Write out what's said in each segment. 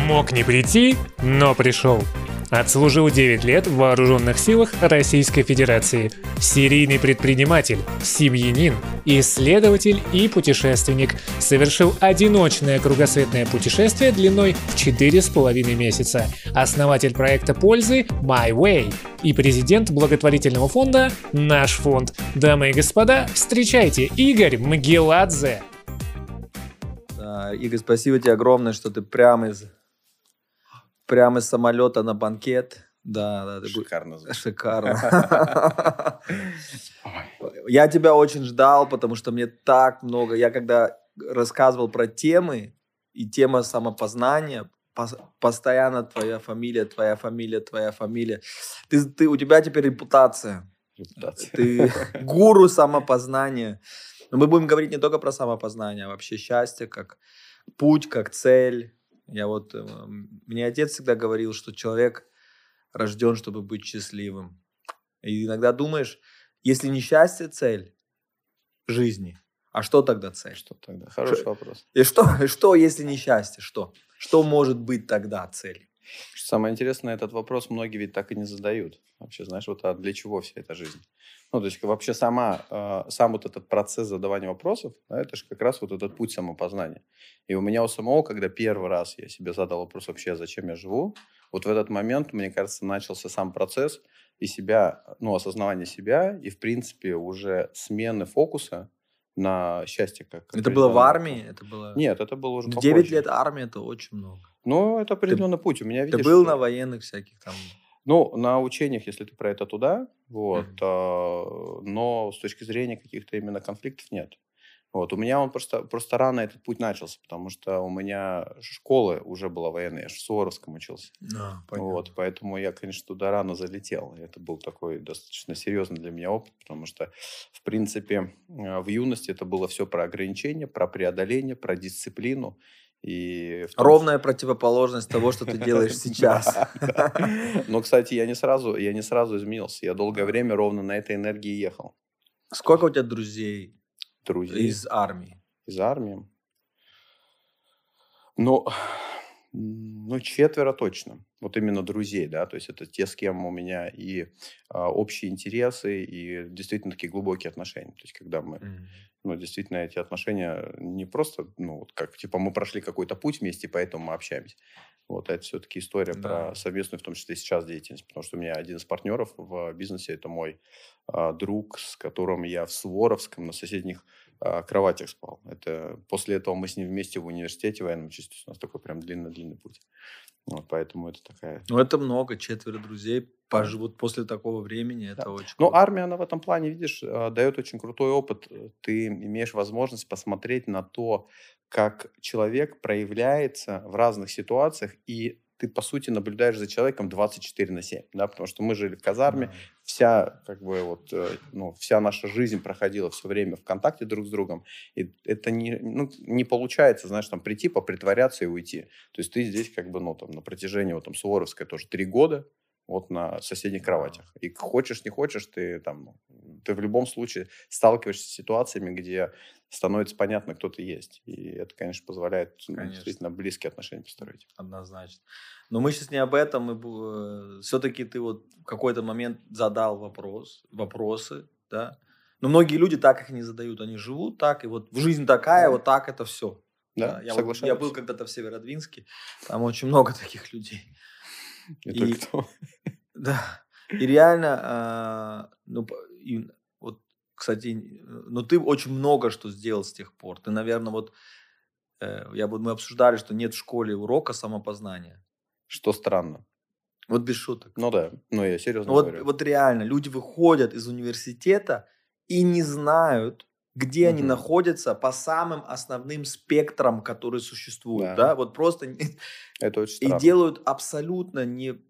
Мог не прийти, но пришел. Отслужил 9 лет в Вооруженных силах Российской Федерации. Серийный предприниматель, семьянин, исследователь и путешественник. Совершил одиночное кругосветное путешествие длиной в 4,5 месяца. Основатель проекта пользы My Way и президент благотворительного фонда «Наш фонд». Дамы и господа, встречайте, Игорь Мгеладзе. Игорь, спасибо тебе огромное, что ты прямо из самолета на банкет. Да, шикарно. Шикарно. Я тебя очень ждал, потому что мне так много... Я когда рассказывал про темы и тема самопознания, постоянно твоя фамилия. У тебя теперь репутация. Ты гуру самопознания. Но мы будем говорить не только про самопознание, а вообще счастье как путь, как цель. Мне отец всегда говорил, что человек рожден, чтобы быть счастливым. И иногда думаешь, если не счастье цель жизни, а что тогда цель? Что тогда? Хороший вопрос. И что, если не счастье? Что? Что может быть тогда целью? Самое интересное, этот вопрос многие ведь так и не задают. Вообще, знаешь, а для чего вся эта жизнь? То есть вообще сам вот этот процесс задавания вопросов, да, это же как раз вот этот путь самопознания. И у меня у самого, когда первый раз я себе задал вопрос вообще, зачем я живу, вот в этот момент, мне кажется, начался сам процесс и осознавание себя, и, в принципе, уже смены фокуса на счастье. Это было в армии? Нет, это было уже 9 лет армии – это очень много. Это определенный путь. У меня, видишь, ты был на военных всяких там... на учениях, если ты про это туда, но с точки зрения каких-то именно конфликтов нет. У меня он просто рано этот путь начался, потому что у меня школа уже была военная, я же в Суворовском учился. Поэтому я, конечно, туда рано залетел. И это был такой достаточно серьезный для меня опыт, потому что, в принципе, в юности это было все про ограничения, про преодоление, про дисциплину. Ровная противоположность того, что ты делаешь сейчас. Но, кстати, я не сразу изменился. Я долгое время ровно на этой энергии ехал. Сколько у тебя друзей из армии? Из армии? 4 точно. Вот именно друзей, да, то есть это те, с кем у меня и общие интересы, и действительно такие глубокие отношения. То есть когда мы, действительно эти отношения не просто, мы прошли какой-то путь вместе, поэтому мы общаемся. Это все-таки история про совместную, в том числе сейчас, деятельность. Потому что у меня один из партнеров в бизнесе, это мой друг, с которым я в Суворовском на соседних кроватях спал. После этого мы с ним вместе в университете военном учились. У нас такой прям длинный путь. Поэтому это такая... это много, 4 друзей поживут после такого времени. Это очень круто. Армия, она в этом плане, видишь, дает очень крутой опыт. Ты имеешь возможность посмотреть на то, как человек проявляется в разных ситуациях, и ты, по сути, наблюдаешь за человеком 24/7, да, потому что мы жили в казарме, вся наша жизнь проходила все время в контакте друг с другом, и это не получается, знаешь, прийти, попритворяться и уйти. То есть ты здесь на протяжении Суворовской тоже 3 года, на соседних кроватях. И хочешь, не хочешь, ты в любом случае сталкиваешься с ситуациями, где становится понятно, кто ты есть. И это, конечно, позволяет действительно близкие отношения построить. Однозначно. Но мы сейчас не об этом. Все-таки ты в какой-то момент задал вопросы, да? Но многие люди так их не задают. Они живут так, и жизнь такая, так это все. Да, соглашаюсь. Я был когда-то в Северодвинске, там очень много таких людей. Да. И реально, кстати, ты очень много что сделал с тех пор. Ты, наверное, мы обсуждали, что нет в школе урока самопознания. Что странно. Без шуток. Я серьезно говорю. Реально, люди выходят из университета и не знают, где они находятся по самым основным спектрам, которые существуют. Да. Просто это очень странно. И делают абсолютно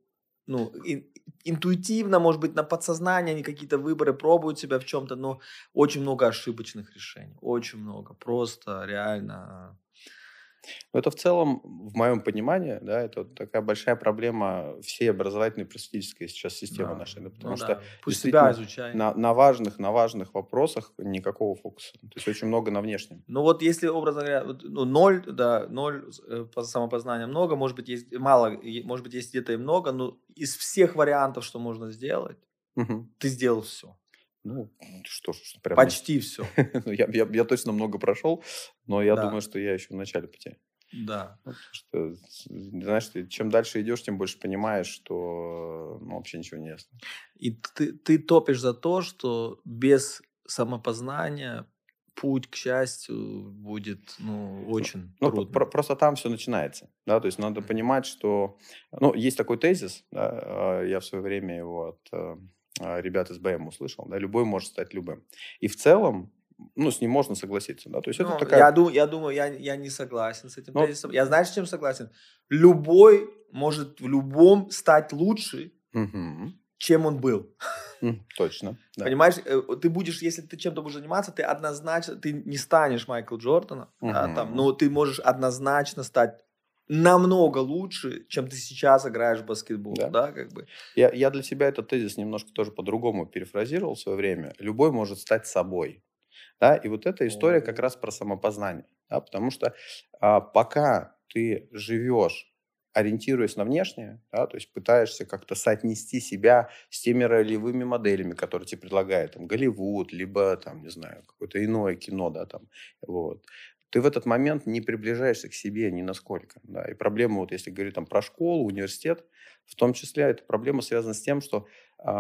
интуитивно, может быть, на подсознании они какие-то выборы пробуют себя в чем-то, но очень много ошибочных решений. Очень много. Просто реально. Но это в целом, в моем понимании, да, это вот такая большая проблема всей образовательной просветительской сейчас системы Да. нашей, да, Ну потому что да. Пусть себя действительно изучай. на важных вопросах никакого фокуса. То есть очень много на внешнем. Ну вот если, образно говоря, ну, 0, да, 0 по самопознания много, может быть, есть мало, может быть, есть где-то и много, но из всех вариантов, что можно сделать, Мгм. ты сделал все. Ну, что ж, прям Почти все. ну, я точно много прошел, но я думаю, Да, что я еще в начале пути. да. Ну, потому что, знаешь, чем дальше идешь, тем больше понимаешь, что вообще ничего не ясно. И ты топишь за то, что без самопознания путь к счастью будет, ну, очень Ну, трудным. просто там все начинается, да, то есть надо понимать, что, ну, есть такой тезис, да, я в свое время его от ребят из БМ услышал, да, любой может стать любым. И в целом, ну, с ним можно согласиться, да, то есть это Ну, такая, я думаю, я не согласен с этим ну, тезисом. Я знаешь, с чем согласен? Любой может в любом стать лучше, мгм, чем он был. точно, да. Понимаешь, ты будешь, если ты чем-то будешь заниматься, ты однозначно, ты не станешь Майкл Джорданом, да, там, Мгм. но ты можешь однозначно стать намного лучше, чем ты сейчас играешь в баскетбол, Да. да, как бы. Я для себя этот тезис немножко тоже по-другому перефразировал в свое время. Любой может стать собой. Да? И вот эта история как раз про самопознание. Да? Потому что пока ты живешь, ориентируясь на внешнее, да, то есть пытаешься как-то соотнести себя с теми ролевыми моделями, которые тебе предлагает там, Голливуд, либо там, не знаю, какое-то иное кино, да, там, вот, ты в этот момент не приближаешься к себе ни насколько. Да? И проблема, вот если говорить там, про школу, университет, в том числе эта проблема связана с тем, что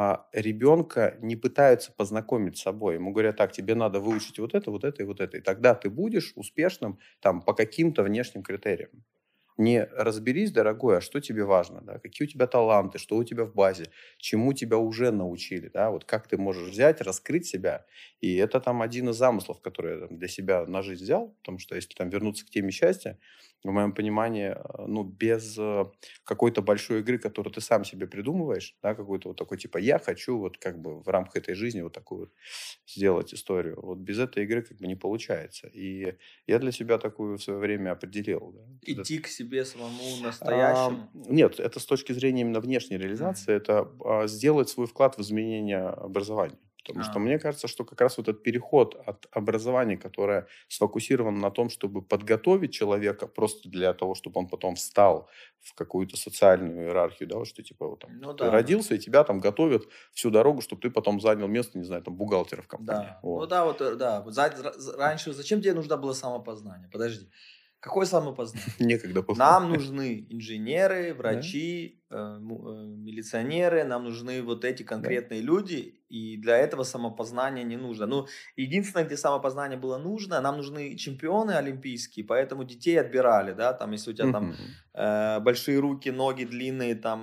ребенка не пытаются познакомить с собой. Ему говорят, так, тебе надо выучить вот это и вот это. И тогда ты будешь успешным там, по каким-то внешним критериям. Не разберись, дорогой, а что тебе важно, да? Какие у тебя таланты, что у тебя в базе, чему тебя уже научили, да? Вот как ты можешь взять, раскрыть себя. И это там один из замыслов, который я там, для себя на жизнь взял, потому что если там вернуться к теме счастья, в моем понимании, ну, без какой-то большой игры, которую ты сам себе придумываешь, да, какой-то вот такой, типа, я хочу вот как бы в рамках этой жизни вот такую вот сделать историю. Вот без этой игры как бы не получается. И я для себя такую в свое время определил. Да. Идти к себе самому настоящему. Нет, это с точки зрения именно внешней реализации, это сделать свой вклад в изменение образования. Потому что мне кажется, что как раз вот этот переход от образования, которое сфокусировано на том, чтобы подготовить человека просто для того, чтобы он потом встал в какую-то социальную иерархию, да, вот что типа вот, там, Ну ты да, родился, и тебя там готовят всю дорогу, чтобы ты потом занял место, не знаю, там, бухгалтера в компании. да. Вот. Ну да, вот, да. Вот раньше зачем тебе нужно было самопознание? Подожди. Какое самопознание? Некогда было. Нам нужны инженеры, Да, врачи, милиционеры, нам нужны вот эти да. конкретные люди, и для этого самопознание не нужно. Ну, единственное, где самопознание было нужно, нам нужны чемпионы олимпийские, поэтому детей отбирали, да, там, если у тебя там Мгм. большие руки, ноги длинные, там,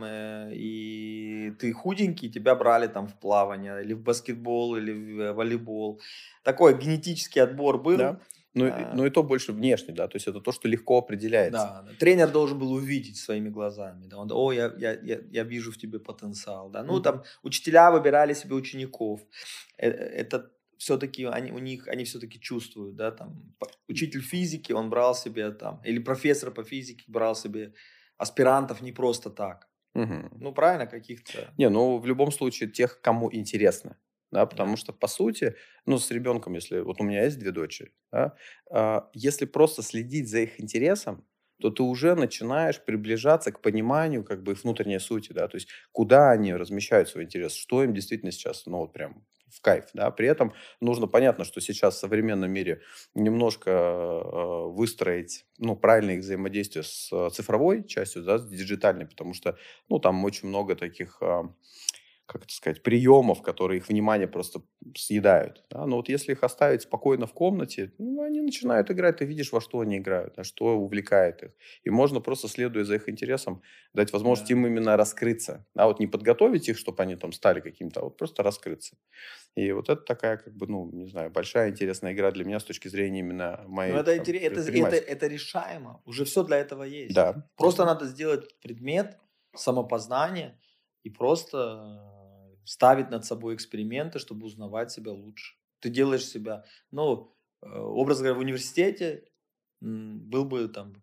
и ты худенький, тебя брали там в плавание, или в баскетбол, или в волейбол. Такой генетический отбор был. Да. Ну и то больше внешне, да, то есть это то, что легко определяется. Да, тренер должен был увидеть своими глазами. Да. Он, я вижу в тебе потенциал. Да. Ну, Мгм. там учителя выбирали себе учеников. Это все-таки они все-таки чувствуют, да, там учитель физики, он брал себе там, или профессор по физике брал себе аспирантов не просто так. Мгм. Ну, правильно, каких-то. Не, ну в любом случае тех, кому интересно. Да, потому Да. что, по сути, ну, с ребенком, если... Вот у меня есть 2 дочери, да, если просто следить за их интересом, то ты уже начинаешь приближаться к пониманию как бы их внутренней сути, да, то есть куда они размещают свой интерес, что им действительно сейчас, ну, вот прям в кайф, да. При этом нужно, понятно, что сейчас в современном мире немножко выстроить, ну, правильное их взаимодействие с цифровой частью, да, с диджитальной, потому что, ну, там очень много таких как это сказать, приемов, которые их внимание просто съедают. Да? Но вот если их оставить спокойно в комнате, ну, они начинают играть, ты видишь, во что они играют, а что увлекает их. И можно просто, следуя за их интересом, дать возможность Да. им именно раскрыться. А вот не подготовить их, чтобы они там стали каким-то, а вот просто раскрыться. И вот это такая, как бы, ну, не знаю, большая интересная игра для меня с точки зрения именно Ну, моей это, там, это решаемо. Уже все для этого есть. Да. Просто надо сделать предмет самопознания и просто ставить над собой эксперименты, чтобы узнавать себя лучше. Ты делаешь себя, ну, образно говоря, в университете был бы там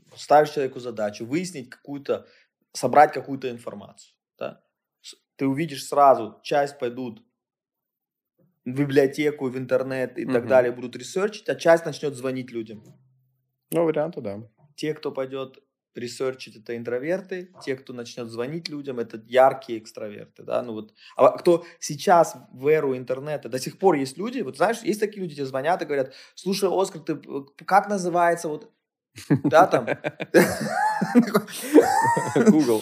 ставишь человеку задачу выяснить собрать какую-то информацию. Да? Ты увидишь сразу, часть пойдут в библиотеку, в интернет и так далее, будут ресерчить, а часть начнет звонить людям. Ну, варианты, да. Те, кто пойдет ресерчить, это интроверты, те, кто начнет звонить людям, это яркие экстраверты, да, ну вот. А кто сейчас в эру интернета, до сих пор есть люди, вот знаешь, есть такие люди, тебе звонят и говорят: слушай, Оскар, ты как называется вот, да, там, Google.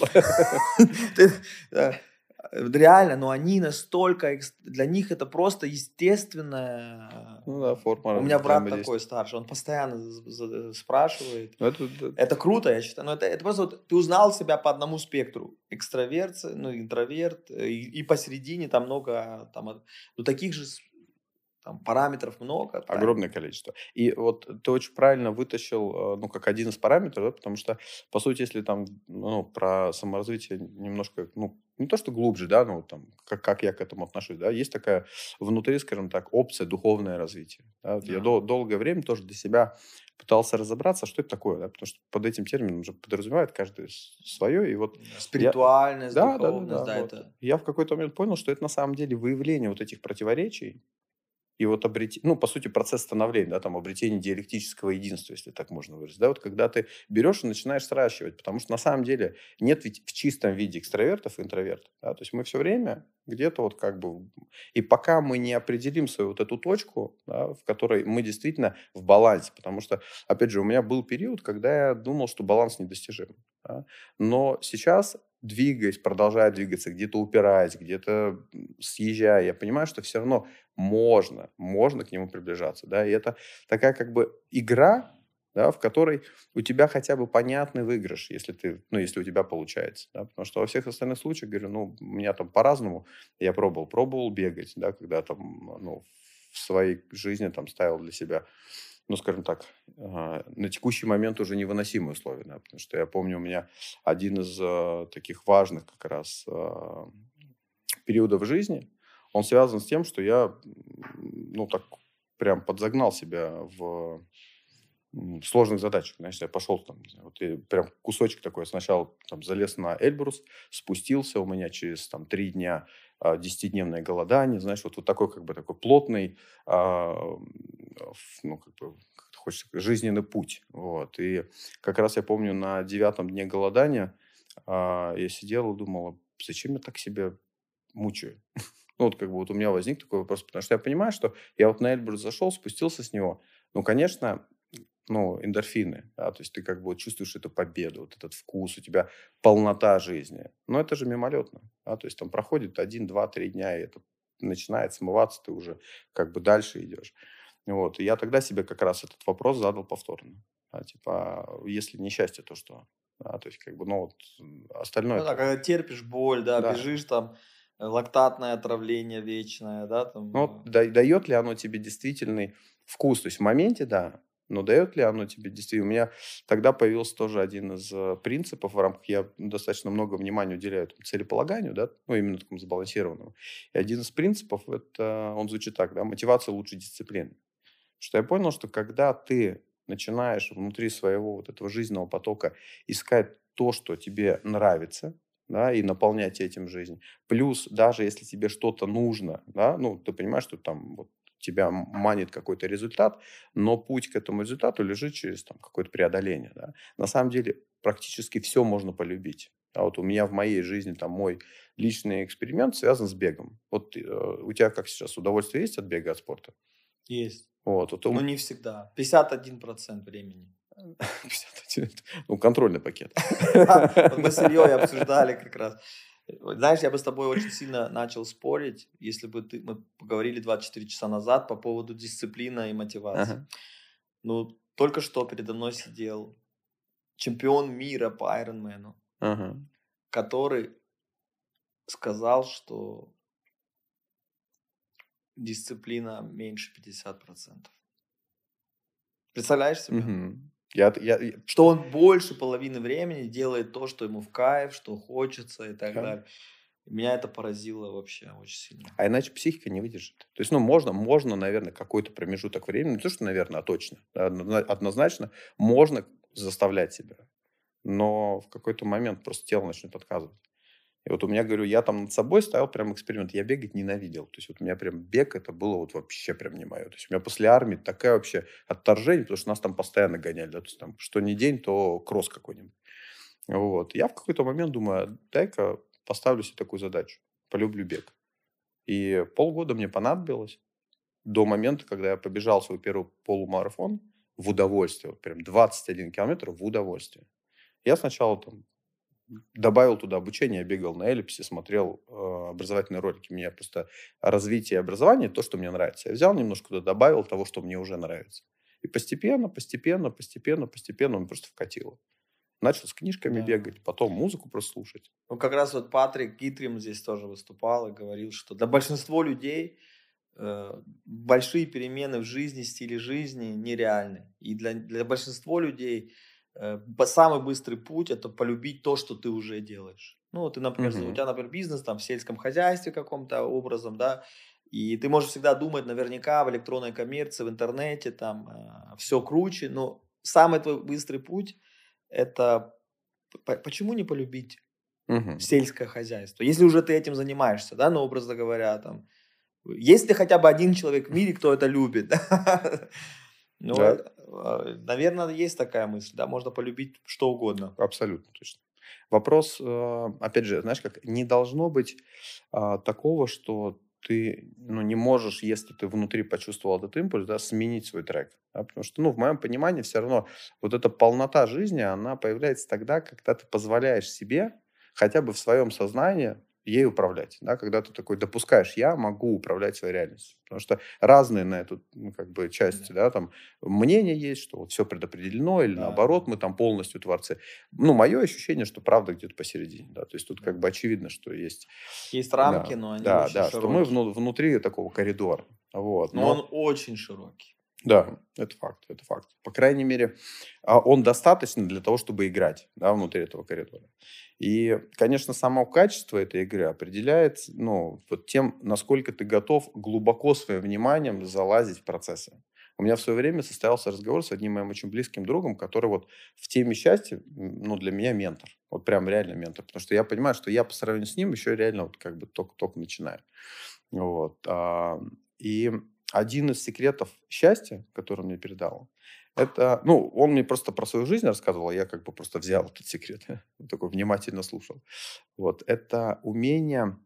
Реально, но они настолько, для них это просто естественная. Ну да, форма. У меня брат такой старший, он постоянно спрашивает. Это круто, я считаю. Но это просто вот ты узнал себя по одному спектру. Экстраверт, ну, интроверт, и посередине там много, там, ну, таких же там параметров много. Огромное количество. И вот ты очень правильно вытащил, ну, как один из параметров, да, потому что, по сути, если там, ну, про саморазвитие немножко, ну, не то, что глубже, да, но там, как я к этому отношусь, да, есть такая внутри, скажем так, опция духовное развитие. Да? Вот я долгое время тоже для себя пытался разобраться, что это такое, да, потому что под этим термином уже подразумевает каждый свое, и вот... Спиритуальность, духовность, да, вот. Это... Я в какой-то момент понял, что это на самом деле выявление вот этих противоречий, и вот ну, по сути, процесс становления, да, там, обретение диалектического единства, если так можно выразить, да, вот когда ты берешь и начинаешь сращивать, потому что на самом деле нет ведь в чистом виде экстравертов и интровертов, да, то есть мы все время где-то вот как бы, и пока мы не определим свою вот эту точку, да, в которой мы действительно в балансе, потому что, опять же, у меня был период, когда я думал, что баланс недостижим, да, но сейчас, двигаясь, продолжая двигаться, где-то упираясь, где-то съезжая, я понимаю, что все равно можно к нему приближаться, да, и это такая как бы игра, да, в которой у тебя хотя бы понятный выигрыш, если у тебя получается, да, потому что во всех остальных случаях, говорю, ну, у меня там по-разному, я пробовал бегать, да, когда там, ну, в своей жизни там ставил для себя, ну, скажем так, на текущий момент уже невыносимые условия, да, потому что я помню, у меня один из таких важных как раз периодов жизни, он связан с тем, что я, ну, так прям подзагнал себя в сложных задачах. Значит, я пошел там, вот прям кусочек такой. Сначала там залез на Эльбрус, спустился, у меня через там 3 дня 10-дневное голодание. Знаешь, вот такой как бы такой плотный, ну, как бы, как хочется, жизненный путь. Вот. И как раз я помню, на 9-м дне голодания я сидел и думал, зачем я так себя мучаю? Ну, вот как бы вот у меня возник такой вопрос, потому что я понимаю, что я вот на Эльбрус зашел, спустился с него. Ну, конечно, ну, эндорфины, да, то есть ты как бы вот чувствуешь эту победу, вот этот вкус, у тебя полнота жизни. Но это же мимолетно, да, то есть там проходит 1, 2, 3 дня, и это начинает смываться, ты уже как бы дальше идешь. Вот, и я тогда себе как раз этот вопрос задал повторно. Да, типа, если не счастье, то что? Да, то есть как бы, ну, вот остальное... Ну, да, когда терпишь боль, да, бежишь там, лактатное отравление вечное, да, там. Ну, дает ли оно тебе действительный вкус? То есть в моменте, да, но дает ли оно тебе действительно... У меня тогда появился тоже один из принципов в рамках... Я достаточно много внимания уделяю целеполаганию, да, ну, именно такому сбалансированному. И один из принципов, это, он звучит так, да, мотивация лучше дисциплины. Что я понял, что когда ты начинаешь внутри своего вот этого жизненного потока искать то, что тебе нравится, да, и наполнять этим жизнь. Плюс, даже если тебе что-то нужно, да, ну, ты понимаешь, что там вот тебя манит какой-то результат, но путь к этому результату лежит через там какое-то преодоление, да. На самом деле практически все можно полюбить. А вот у меня в моей жизни там мой личный эксперимент связан с бегом. Вот у тебя как сейчас удовольствие есть от бега, от спорта? Есть. Вот, но не всегда. 51% времени. 51. Ну, контрольный пакет. Мы с Ильей обсуждали как раз. Знаешь, я бы с тобой очень сильно начал спорить, если бы мы поговорили 24 часа назад по поводу дисциплины и мотивации. Ну, только что передо мной сидел чемпион мира по Ironman, который сказал, что дисциплина меньше 50%. Представляешь себе? Что он больше половины времени делает то, что ему в кайф, что хочется и так далее. Меня это поразило вообще очень сильно. А иначе психика не выдержит. То есть, ну, можно, наверное, какой-то промежуток времени, не то, что, наверное, а точно, однозначно, можно заставлять себя. Но в какой-то момент просто тело начнет отказывать. И вот у меня, говорю, я там над собой ставил прям эксперимент. Я бегать ненавидел. То есть вот у меня прям бег, это было вот вообще прям не мое. То есть у меня после армии такая вообще отторжение, потому что нас там постоянно гоняли. Да? То есть там что ни день, то кросс какой-нибудь. Вот. Я в какой-то момент думаю, дай-ка поставлю себе такую задачу. Полюблю бег. И полгода мне понадобилось до момента, когда я побежал свой первый полумарафон в удовольствие. Вот прям 21 километр в удовольствие. Я сначала там добавил туда обучение, я бегал на эллипсе, смотрел образовательные ролики. Мне просто развитие образования, то, что мне нравится. Я взял немножко туда, добавил того, что мне уже нравится. И постепенно он просто вкатило. Начал с книжками бегать, потом музыку просто слушать. Ну, как раз вот Патрик Китрим здесь тоже выступал и говорил, что для большинства людей большие перемены в жизни, стиле жизни нереальны. И для большинства людей самый быстрый путь – это полюбить то, что ты уже делаешь. Ну, ты, например, у тебя, например, бизнес там в сельском хозяйстве каком-то образом, да, и ты можешь всегда думать наверняка в электронной коммерции, в интернете, там все круче, но самый твой быстрый путь – это почему не полюбить сельское хозяйство, если уже ты этим занимаешься, да, ну, образно говоря, там, есть ли хотя бы один человек в мире, кто это любит? Ну, наверное, есть такая мысль, да, можно полюбить что угодно. Абсолютно точно. Вопрос, опять же, знаешь, как не должно быть такого, что ты не можешь, если ты внутри почувствовал этот импульс, да, сменить свой трек. Да, потому что, в моем понимании, все равно вот эта полнота жизни, она появляется тогда, когда ты позволяешь себе хотя бы в своем сознании ей управлять, да, когда ты такой допускаешь, я могу управлять своей реальностью, потому что разные на эту части, да, там мнения есть, что вот все предопределено или наоборот мы там полностью творцы. Мое ощущение, что правда где-то посередине, да, то есть тут как бы очевидно, что есть рамки, но они очень широкие. что мы внутри такого коридора, вот. Но он очень широкий. Да, это факт, это факт. По крайней мере, он достаточно для того, чтобы играть, да, внутри этого коридора. И, конечно, само качество этой игры определяется, вот тем, насколько ты готов глубоко своим вниманием залазить в процессы. У меня в свое время состоялся разговор с одним моим очень близким другом, который вот в теме счастья, для меня ментор. Вот прям реально ментор. Потому что я понимаю, что я по сравнению с ним еще реально вот как бы только начинаю. Вот. И один из секретов счастья, который он мне передал, это, он мне просто про свою жизнь рассказывал, я как бы просто взял этот секрет, такой внимательно слушал. Вот, это умение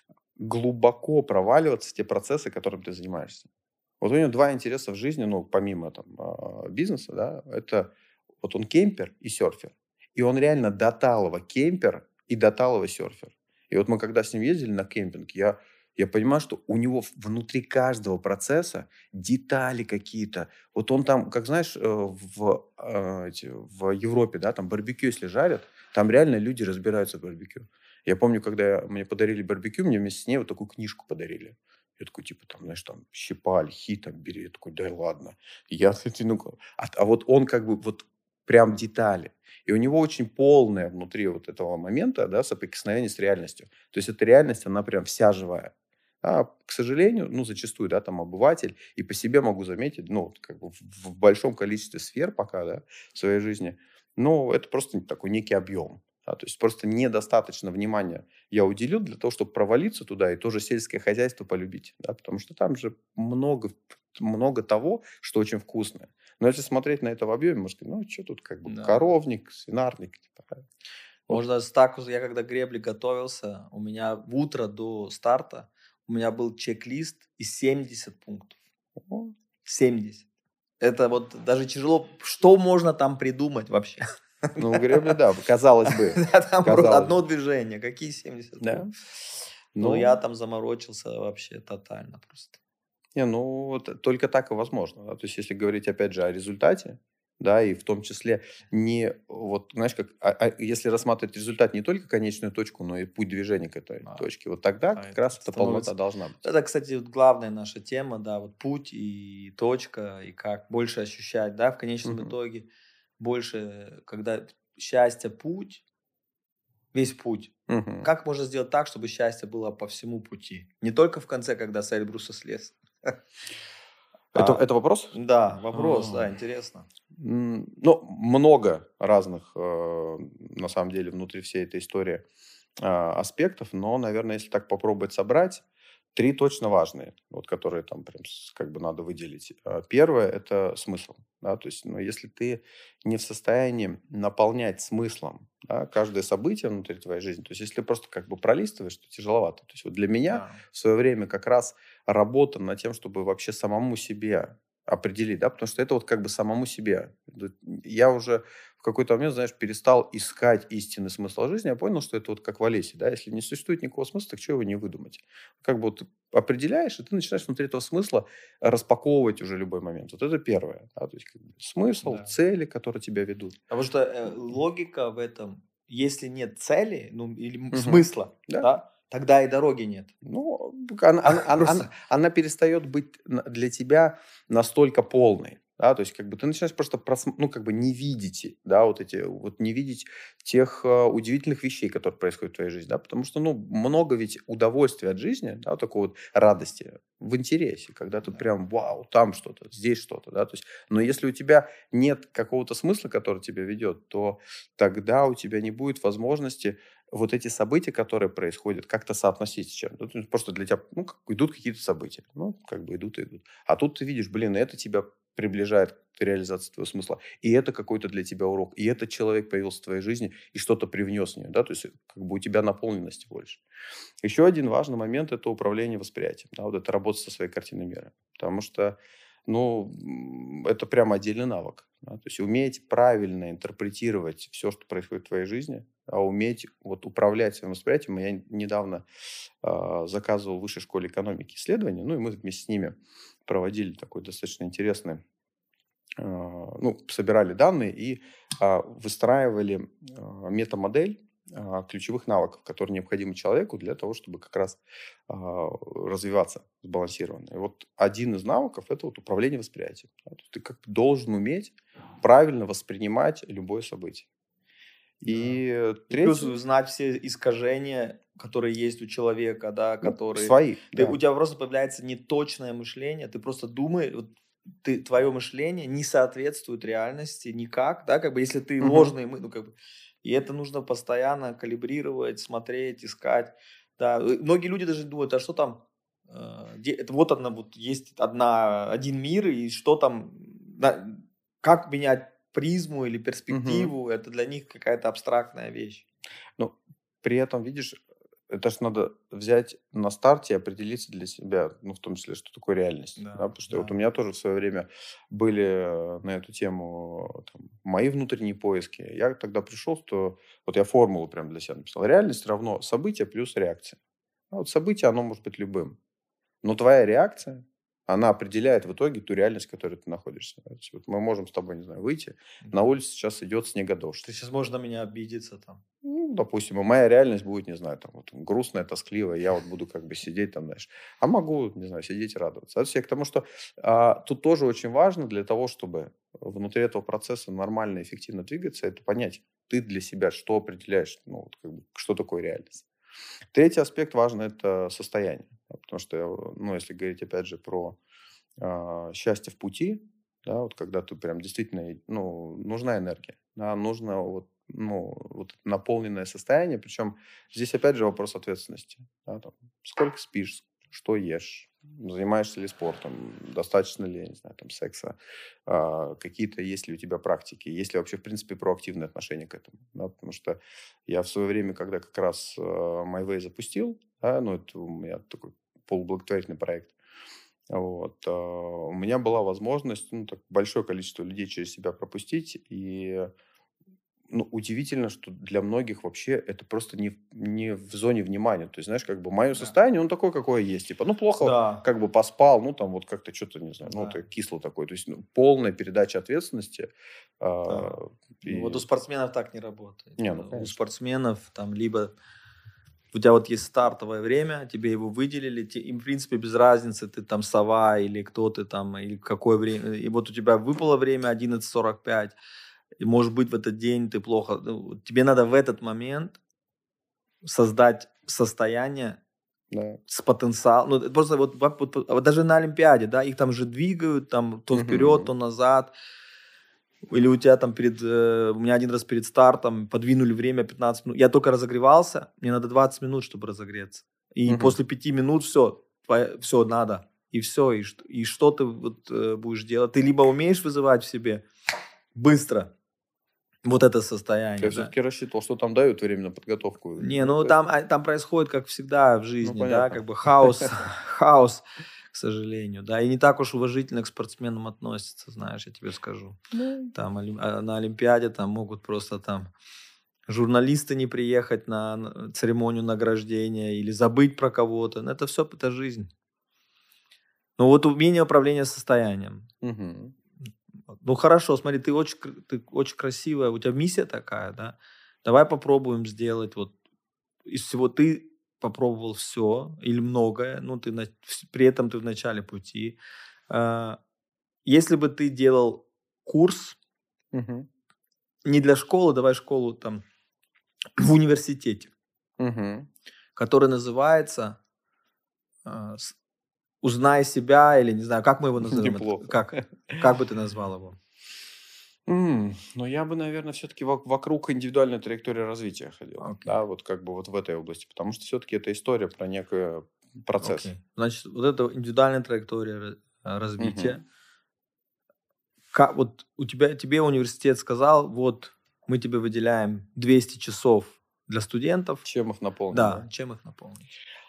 глубоко проваливаться в те процессы, которыми ты занимаешься. Вот у него два интереса в жизни, помимо там бизнеса, да, это вот он кемпер и серфер. И он реально до талого кемпер и до талого серфер. И вот мы когда с ним ездили на кемпинг, я понимаю, что у него внутри каждого процесса детали какие-то. Вот он там, как знаешь, в Европе, да, там барбекю, если жарят, там реально люди разбираются в барбекю. Я помню, когда мне подарили барбекю, мне вместе с ней вот такую книжку подарили. Я такой, типа, там, знаешь, там, щипа, ольхи, там, бери. Я такой, да ладно. А вот он как бы вот прям детали. И у него очень полное внутри вот этого момента, да, соприкосновение с реальностью. То есть эта реальность, она прям вся живая. А, к сожалению, зачастую, да, там обыватель, и по себе могу заметить, как бы в большом количестве сфер пока, да, в своей жизни, это просто такой некий объем. Да, то есть просто недостаточно внимания я уделил для того, чтобы провалиться туда и тоже сельское хозяйство полюбить. Да, потому что там же много того, что очень вкусное. Но если смотреть на это в объеме, можно сказать, что тут как бы коровник, свинарник. Типа. Можно стакус, я когда к гребле готовился, у меня в утро до старта у меня был чек-лист из 70 пунктов. 70. Это вот даже тяжело, что можно там придумать вообще? Гребля, да, казалось бы. Там одно движение, какие 70 пунктов? Я там заморочился вообще тотально просто. Только так и возможно. Да? То есть, если говорить, опять же, о результате, да, и в том числе не, вот, знаешь, как, если рассматривать результат не только конечную точку, но и путь движения к этой точке, вот тогда как раз эта полнота должна быть. Это, кстати, вот главная наша тема, да, вот путь и точка, и как больше ощущать, да, в конечном итоге, больше, когда счастье путь, весь путь. Как можно сделать так, чтобы счастье было по всему пути? Не только в конце, когда с Эльбруса слез. Это вопрос? Да, вопрос, да, интересно. Ну, много разных, на самом деле, внутри всей этой истории аспектов, но, наверное, если так попробовать собрать, 3 точно важные, вот которые там прям как бы надо выделить. Первое – это смысл. Да, то есть, если ты не в состоянии наполнять смыслом, да, каждое событие внутри твоей жизни, то есть если просто как бы пролистываешь, то тяжеловато. То есть вот для меня в свое время как раз работа над тем, чтобы вообще самому себе определить, да, потому что это вот как бы самому себе. Я уже в какой-то момент, знаешь, перестал искать истинный смысл жизни, я понял, что это вот как в Олесе, да, если не существует никакого смысла, так что его не выдумать? Как бы вот определяешь, и ты начинаешь внутри этого смысла распаковывать уже любой момент. Вот это первое, да, то есть как бы смысл, цели, которые тебя ведут. Потому что логика в этом, если нет цели, ну, или смысла, да, тогда и дороги нет. Ну, она перестает быть для тебя настолько полной. Да, то есть, как бы ты начинаешь просто, как бы не видеть, да, не видеть тех удивительных вещей, которые происходят в твоей жизни, да, потому что, много ведь удовольствия от жизни, да, такой вот радости в интересе, когда ты прям, вау, там что-то, здесь что-то, да, то есть, но если у тебя нет какого-то смысла, который тебя ведет, то тогда у тебя не будет возможности вот эти события, которые происходят, как-то соотносить с чем-то. Ну, просто для тебя, идут какие-то события. Как бы идут и идут. А тут ты видишь, это тебя приближает к реализации твоего смысла. И это какой-то для тебя урок. И этот человек появился в твоей жизни и что-то привнес в нее. Да? То есть, как бы у тебя наполненности больше. Еще один важный момент – это управление восприятием. Да? Вот это работа со своей картиной мира. Потому что это прямо отдельный навык. Да? То есть уметь правильно интерпретировать все, что происходит в твоей жизни, а уметь вот управлять своим восприятием. Я недавно заказывал в Высшей школе экономики исследования, и мы вместе с ними проводили такой достаточно интересный, собирали данные и выстраивали метамодель ключевых навыков, которые необходимы человеку для того, чтобы как раз развиваться сбалансированно. И вот один из навыков – это вот управление восприятием. Да? То есть ты как бы должен уметь правильно воспринимать любое событие. И плюс знать все искажения, которые есть у человека, да, которые... Свои. У тебя просто появляется неточное мышление, ты просто думаешь, твое мышление не соответствует реальности никак, да, как бы если ты ложный, и это нужно постоянно калибрировать, смотреть, искать. Да. Многие люди даже думают, а что там, есть один мир, и что там, как менять призму или перспективу, это для них какая-то абстрактная вещь. При этом, видишь, это же надо взять на старте и определиться для себя, в том числе, что такое реальность. Да, потому что вот у меня тоже в свое время были на эту тему мои внутренние поиски. Я тогда пришел, что вот я формулу прям для себя написал. Реальность равно событие плюс реакция. А вот событие, оно может быть любым. Но твоя реакция, она определяет в итоге ту реальность, в которой ты находишься. То есть, вот мы можем с тобой, не знаю, выйти, на улице сейчас идет снегодождь. Ты сейчас можешь на меня обидеться там. Допустим, и моя реальность будет, не знаю, грустная, тоскливая, я вот буду как бы сидеть там, знаешь. А могу, не знаю, сидеть и радоваться. Это все к тому, что тут тоже очень важно для того, чтобы внутри этого процесса нормально, эффективно двигаться, это понять, ты для себя что определяешь, что такое реальность. Третий аспект важный – это состояние. Потому что, если говорить, опять же, про счастье в пути, да, вот когда ты прям действительно, нужна энергия, да, нужно вот наполненное состояние. Причем здесь, опять же, вопрос ответственности. Да, сколько спишь, что ешь, занимаешься ли спортом, достаточно ли, не знаю, секса, какие-то есть ли у тебя практики, есть ли вообще, в принципе, проактивное отношение к этому. Да, потому что я в свое время, когда как раз MyWay запустил, да, это у меня такой полублаготворительный проект, у меня была возможность большое количество людей через себя пропустить, и удивительно, что для многих вообще это просто не в зоне внимания. То есть, знаешь, как бы мое состояние, такое, какое есть. Плохо, как бы поспал, как-то что-то, не знаю, ты кисло такой. То есть, полная передача ответственности. Вот у спортсменов так не работает. У спортсменов либо у тебя вот есть стартовое время, тебе его выделили, им, в принципе, без разницы, ты сова или кто ты или какое время. И вот у тебя выпало время 11:45, и, может быть, в этот день ты плохо... тебе надо в этот момент создать состояние с потенциалом. Ну, просто вот даже на Олимпиаде, да, их там же двигают, там то вперед, то назад. Или у тебя там у меня один раз перед стартом подвинули время 15 минут. Я только разогревался, мне надо 20 минут, чтобы разогреться. И после 5 минут все надо. И все, и что ты будешь делать? Ты либо умеешь вызывать в себе быстро вот это состояние. Я все-таки рассчитывал, что там дают время на подготовку. Не, ну там происходит, как всегда в жизни, да, как бы хаос, к сожалению, да, и не так уж уважительно к спортсменам относятся, знаешь, я тебе скажу. Там на Олимпиаде там могут просто там журналисты не приехать на церемонию награждения или забыть про кого-то. Это все, это жизнь. Ну вот умение управления состоянием. Ну хорошо, смотри, ты очень красивая, у тебя миссия такая, да? Давай попробуем сделать вот из всего ты попробовал все или многое, ну при этом ты в начале пути. Если бы ты делал курс не для школы, давай школу там в университете, который называется «Узнай себя» или не знаю, как мы его назовем? Как бы ты назвал его? Ну, я бы, наверное, все-таки вокруг индивидуальной траектории развития ходил. Да, вот как бы вот в этой области. Потому что все-таки это история про некий процесс. Значит, вот это индивидуальная траектория развития. Вот тебе университет сказал, вот мы тебе выделяем 200 часов для студентов. Чем их наполнить? Да, чем их наполнить.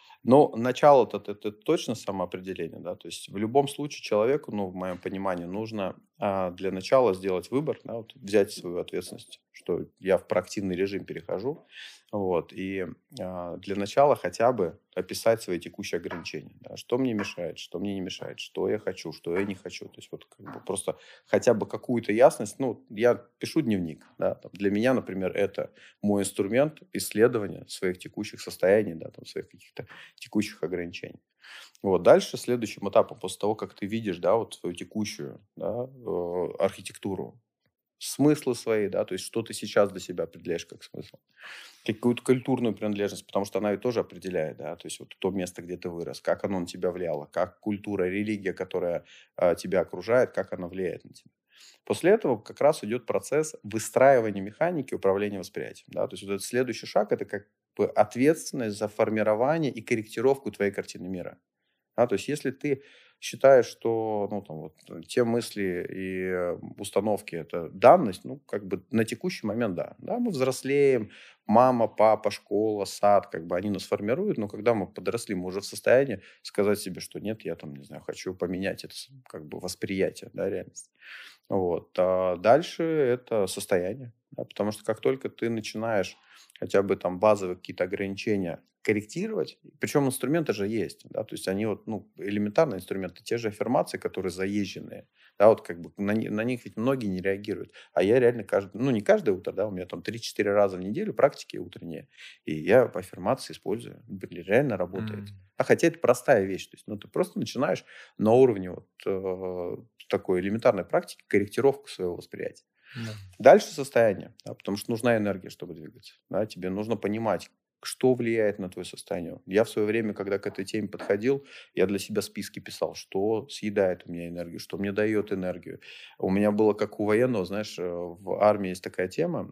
Но начало-то это точно самоопределение, да, то есть в любом случае человеку, ну, в моем понимании, нужно для начала сделать выбор, да, вот, взять свою ответственность, что я в проактивный режим перехожу, вот, и для начала хотя бы описать свои текущие ограничения, да, что мне мешает, что мне не мешает, что я хочу, что я не хочу, то есть вот как бы просто хотя бы какую-то ясность, ну, я пишу дневник, да, там, для меня, например, это мой инструмент исследования своих текущих состояний, да, там, своих каких-то текущих ограничений. Вот. Дальше следующим этапом, после того, как ты видишь, да, вот свою текущую, да, архитектуру, смыслы свои, да, то есть что ты сейчас для себя определяешь как смысл, какую-то культурную принадлежность, потому что она и тоже определяет, да, то есть вот то место, где ты вырос, как оно на тебя влияло, как культура, религия, которая тебя окружает, как она влияет на тебя. После этого как раз идет процесс выстраивания механики управления восприятием, да, то есть вот этот следующий шаг – это как бы ответственность за формирование и корректировку твоей картины мира. Да, то есть если ты считаешь, что ну, там, вот, те мысли и установки – это данность, ну, как бы на текущий момент да. Да, мы взрослеем, мама, папа, школа, сад, как бы они нас формируют, но когда мы подросли, мы уже в состоянии сказать себе, что нет, я там, не знаю, хочу поменять это как бы восприятие, да, реальности. Вот. А дальше это состояние, да, потому что как только ты начинаешь хотя бы там базовые какие-то ограничения корректировать, причем инструменты же есть, да, то есть они вот, ну, элементарные инструменты, те же аффирмации, которые заезженные, да, вот как бы на них ведь многие не реагируют, а я реально не каждое утро, да, у меня там 3-4 раза в неделю практики утренние, и я аффирмации использую, реально работает. А хотя это простая вещь, то есть, ну, ты просто начинаешь на уровне вот такой элементарной практики корректировку своего восприятия. Дальше состояние, да, потому что нужна энергия, чтобы двигаться. Да, тебе нужно понимать, что влияет на твое состояние. Я в свое время, когда к этой теме подходил, я для себя списки писал, что съедает у меня энергию, что мне дает энергию. У меня было, как у военного, знаешь, в армии есть такая тема,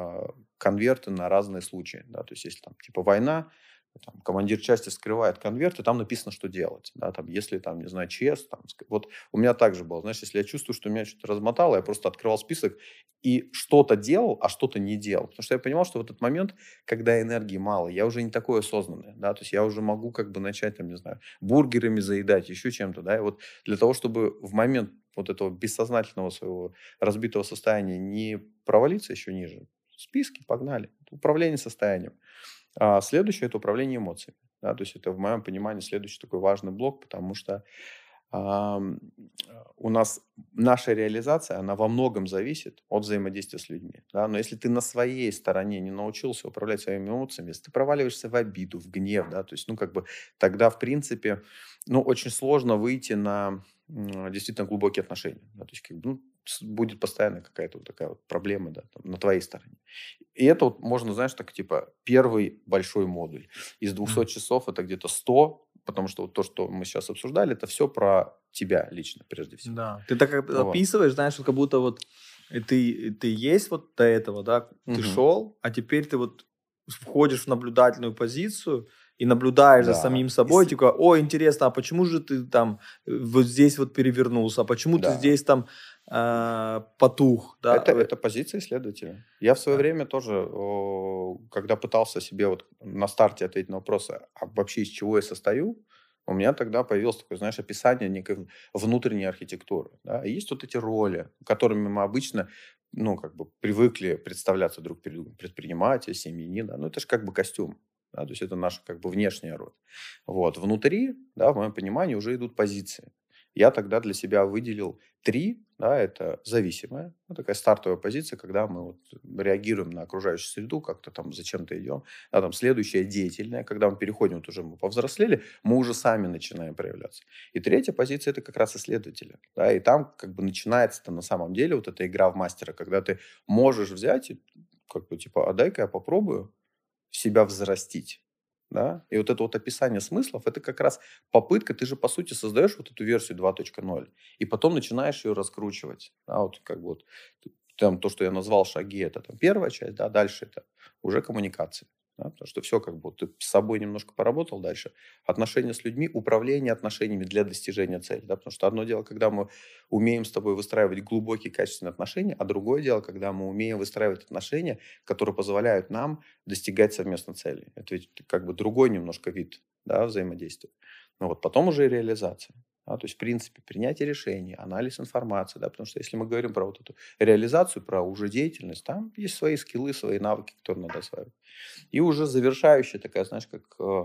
конверты на разные случаи. Да, то есть, если там типа война, там, командир части скрывает конверт, и там написано, что делать. Да, там, если там, не знаю, ЧС, там, вот у меня также было, знаешь, если я чувствую, что меня что-то размотало, я просто открывал список и что-то делал, а что-то не делал. Потому что я понимал, что в этот момент, когда энергии мало, я уже не такой осознанный, да, то есть я уже могу как бы начать, там, не знаю, бургерами заедать, еще чем-то, да, и вот для того, чтобы в момент вот этого бессознательного своего разбитого состояния не провалиться еще ниже, списки, погнали. Управление состоянием. Следующее – это управление эмоциями. Да, то есть это, в моем понимании, следующий такой важный блок, потому что у нас наша реализация, она во многом зависит от взаимодействия с людьми. Да? Но если ты на своей стороне не научился управлять своими эмоциями, если ты проваливаешься в обиду, в гнев, да, то есть, ну, как бы, тогда, в принципе, ну, очень сложно выйти на действительно глубокие отношения. Да? То есть, как бы, ну, будет постоянно какая-то вот такая вот проблема, да, там, на твоей стороне. И это вот можно, знаешь, так типа первый большой модуль. Из 200 часов это где-то 100, потому что вот то, что мы сейчас обсуждали, это все про тебя лично, прежде всего. Да. Ты так описываешь, знаешь, как будто вот ты есть вот до этого, да, ты шел, а теперь ты вот входишь в наблюдательную позицию и наблюдаешь за самим собой, типа, о, интересно, а почему же ты там вот здесь вот перевернулся, а почему ты здесь там потух, да? Это позиция исследователя. Я в свое время тоже, когда пытался себе вот на старте ответить на вопрос, а вообще из чего я состою, у меня тогда появилось такое, знаешь, описание некой внутренней архитектуры. Да? И есть вот эти роли, которыми мы обычно, ну, как бы привыкли представляться друг перед другом. Предприниматель, семьянин, да? Ну, это же как бы костюм. Да? То есть это наша как бы внешняя роль. Вот. Внутри, да, в моем понимании, уже идут позиции. Я тогда для себя выделил 3, да, это зависимая, ну, такая стартовая позиция, когда мы вот реагируем на окружающую среду, как-то там зачем-то идем. Да, там следующая деятельная, когда мы переходим, вот уже мы повзрослели, мы уже сами начинаем проявляться. И 3-я позиция – это как раз исследователя. Да, и там как бы начинается-то на самом деле вот эта игра в мастера, когда ты можешь взять и как бы типа, а дай-ка я попробую себя взрастить. Да? И вот это вот описание смыслов, это как раз попытка, ты же по сути создаешь вот эту версию 2.0, и потом начинаешь ее раскручивать. Да? Вот как вот там то, что я назвал шаги, это там первая часть, да? Дальше это уже коммуникация. Да? Потому что все как бы ты с собой немножко поработал дальше. Отношения с людьми, управление отношениями для достижения цели. Да? Потому что одно дело, когда мы умеем с тобой выстраивать глубокие качественные отношения, а другое дело, когда мы умеем выстраивать отношения, которые позволяют нам достигать совместно цели. Это ведь как бы другой немножко вид, да, взаимодействия. Но вот потом уже и реализация. Да, то есть, в принципе, принятие решений, анализ информации. Да, потому что если мы говорим про вот эту реализацию, про уже деятельность, там есть свои скиллы, свои навыки, которые надо осваивать. И уже завершающая такая, знаешь, как